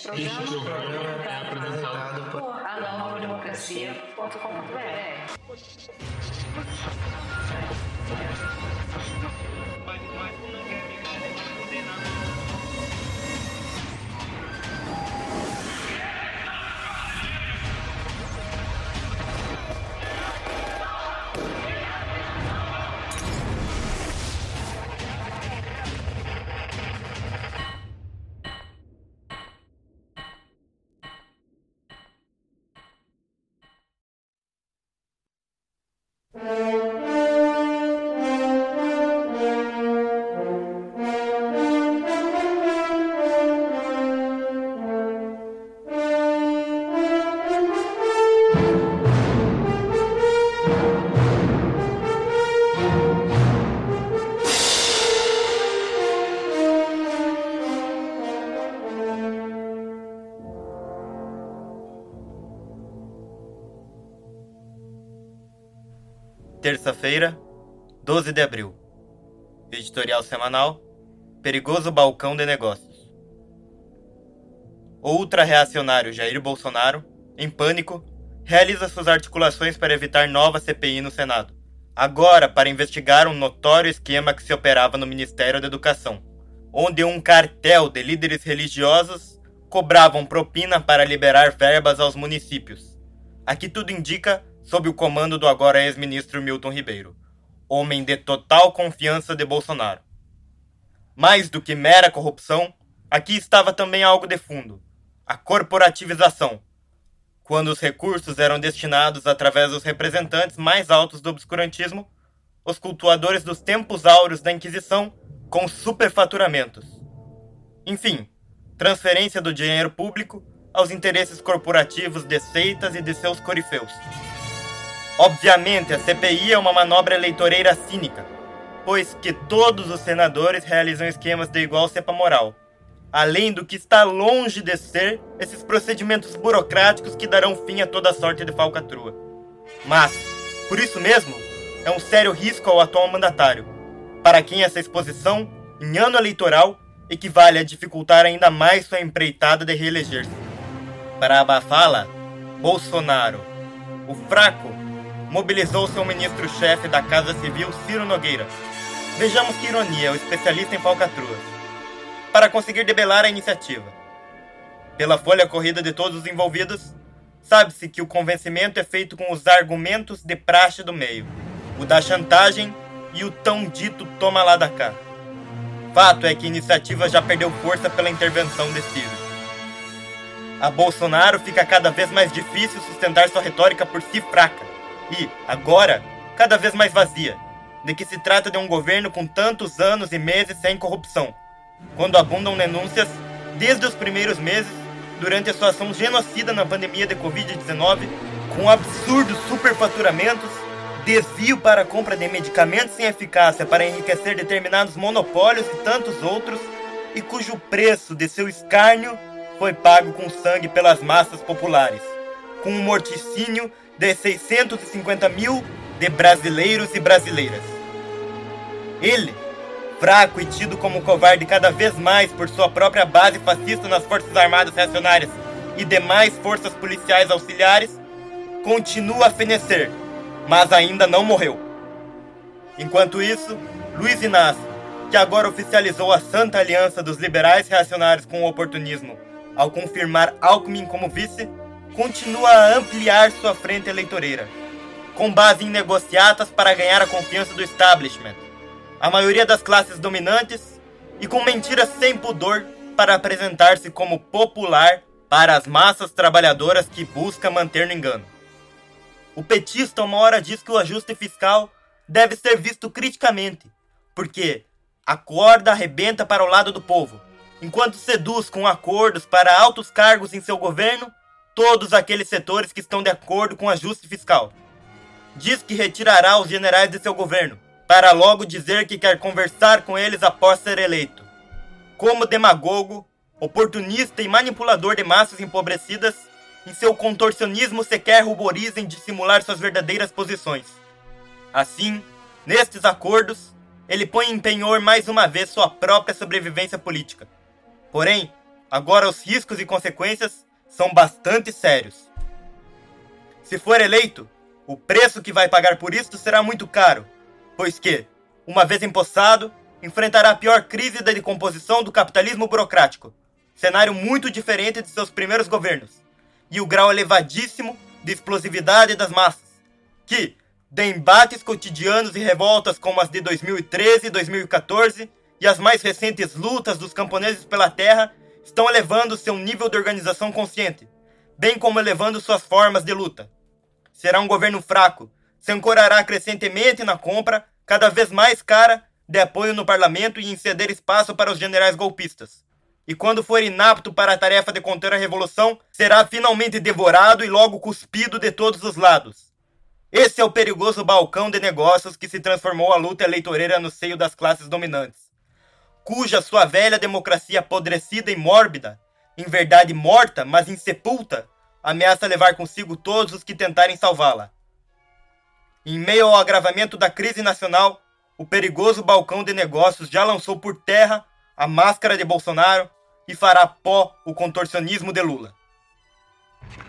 Este programa é apresentado por anovademocracia.com.br. Terça-feira, 12 de abril. Editorial semanal Perigoso Balcão de Negócios. O ultra-reacionário Jair Bolsonaro, em pânico, realiza suas articulações para evitar nova CPI no Senado, agora para investigar um notório esquema que se operava no Ministério da Educação, onde um cartel de líderes religiosos cobravam propina para liberar verbas aos municípios. Aqui tudo indica sob o comando do agora ex-ministro Milton Ribeiro, homem de total confiança de Bolsonaro. Mais do que mera corrupção, aqui estava também algo de fundo: a corporativização, quando os recursos eram destinados através dos representantes mais altos do obscurantismo, os cultuadores dos tempos áureos da Inquisição, com superfaturamentos. Enfim, transferência do dinheiro público aos interesses corporativos de seitas e de seus corifeus. Obviamente, a CPI é uma manobra eleitoreira cínica, pois que todos os senadores realizam esquemas de igual cepa moral, além do que está longe de ser esses procedimentos burocráticos que darão fim a toda sorte de falcatrua. Mas, por isso mesmo, é um sério risco ao atual mandatário, para quem essa exposição, em ano eleitoral, equivale a dificultar ainda mais sua empreitada de reeleger-se. Para abafá-la, Bolsonaro, o fraco, mobilizou seu ministro-chefe da Casa Civil, Ciro Nogueira. Vejamos que ironia, o especialista em falcatruas, para conseguir debelar a iniciativa. Pela folha corrida de todos os envolvidos, sabe-se que o convencimento é feito com os argumentos de praxe do meio, o da chantagem e o tão dito toma lá da cá. Fato é que a iniciativa já perdeu força pela intervenção de Ciro. A Bolsonaro fica cada vez mais difícil sustentar sua retórica por si fraca, e, agora, cada vez mais vazia, de que se trata de um governo com tantos anos e meses sem corrupção, quando abundam denúncias, desde os primeiros meses, durante a sua ação genocida na pandemia de Covid-19, com absurdos superfaturamentos, desvio para a compra de medicamentos sem eficácia para enriquecer determinados monopólios e tantos outros, e cujo preço de seu escárnio foi pago com sangue pelas massas populares, com um morticínio de 650 mil de brasileiros e brasileiras. Ele, fraco e tido como covarde cada vez mais por sua própria base fascista nas Forças Armadas Reacionárias e demais forças policiais auxiliares, continua a fenecer, mas ainda não morreu. Enquanto isso, Luiz Inácio, que agora oficializou a santa aliança dos liberais reacionários com o oportunismo, ao confirmar Alckmin como vice, continua a ampliar sua frente eleitoreira, com base em negociatas para ganhar a confiança do establishment, a maioria das classes dominantes, e com mentiras sem pudor para apresentar-se como popular para as massas trabalhadoras que busca manter no engano. O petista uma hora diz que o ajuste fiscal deve ser visto criticamente, porque a corda arrebenta para o lado do povo, enquanto seduz com acordos para altos cargos em seu governo todos aqueles setores que estão de acordo com o ajuste fiscal. Diz que retirará os generais de seu governo, para logo dizer que quer conversar com eles após ser eleito. Como demagogo, oportunista e manipulador de massas empobrecidas, em seu contorcionismo sequer ruboriza em dissimular suas verdadeiras posições. Assim, nestes acordos, ele põe em penhor mais uma vez sua própria sobrevivência política. Porém, Agora os riscos e consequências são bastante sérios. Se for eleito, o preço que vai pagar por isto será muito caro, pois que, uma vez empossado, enfrentará a pior crise da decomposição do capitalismo burocrático, cenário muito diferente de seus primeiros governos, e o grau elevadíssimo de explosividade das massas, que, de embates cotidianos e revoltas como as de 2013 e 2014 e as mais recentes lutas dos camponeses pela terra, estão elevando seu nível de organização consciente, bem como elevando suas formas de luta. Será um governo fraco, se ancorará crescentemente na compra, cada vez mais cara, de apoio no parlamento e em ceder espaço para os generais golpistas. E quando for inapto para a tarefa de conter a revolução, será finalmente devorado e logo cuspido de todos os lados. Esse é o perigoso balcão de negócios que se transformou a luta eleitoreira no seio das classes dominantes, cuja sua velha democracia apodrecida e mórbida, em verdade morta, mas insepulta, ameaça levar consigo todos os que tentarem salvá-la. Em meio ao agravamento da crise nacional, o perigoso balcão de negócios já lançou por terra a máscara de Bolsonaro e fará pó o contorcionismo de Lula.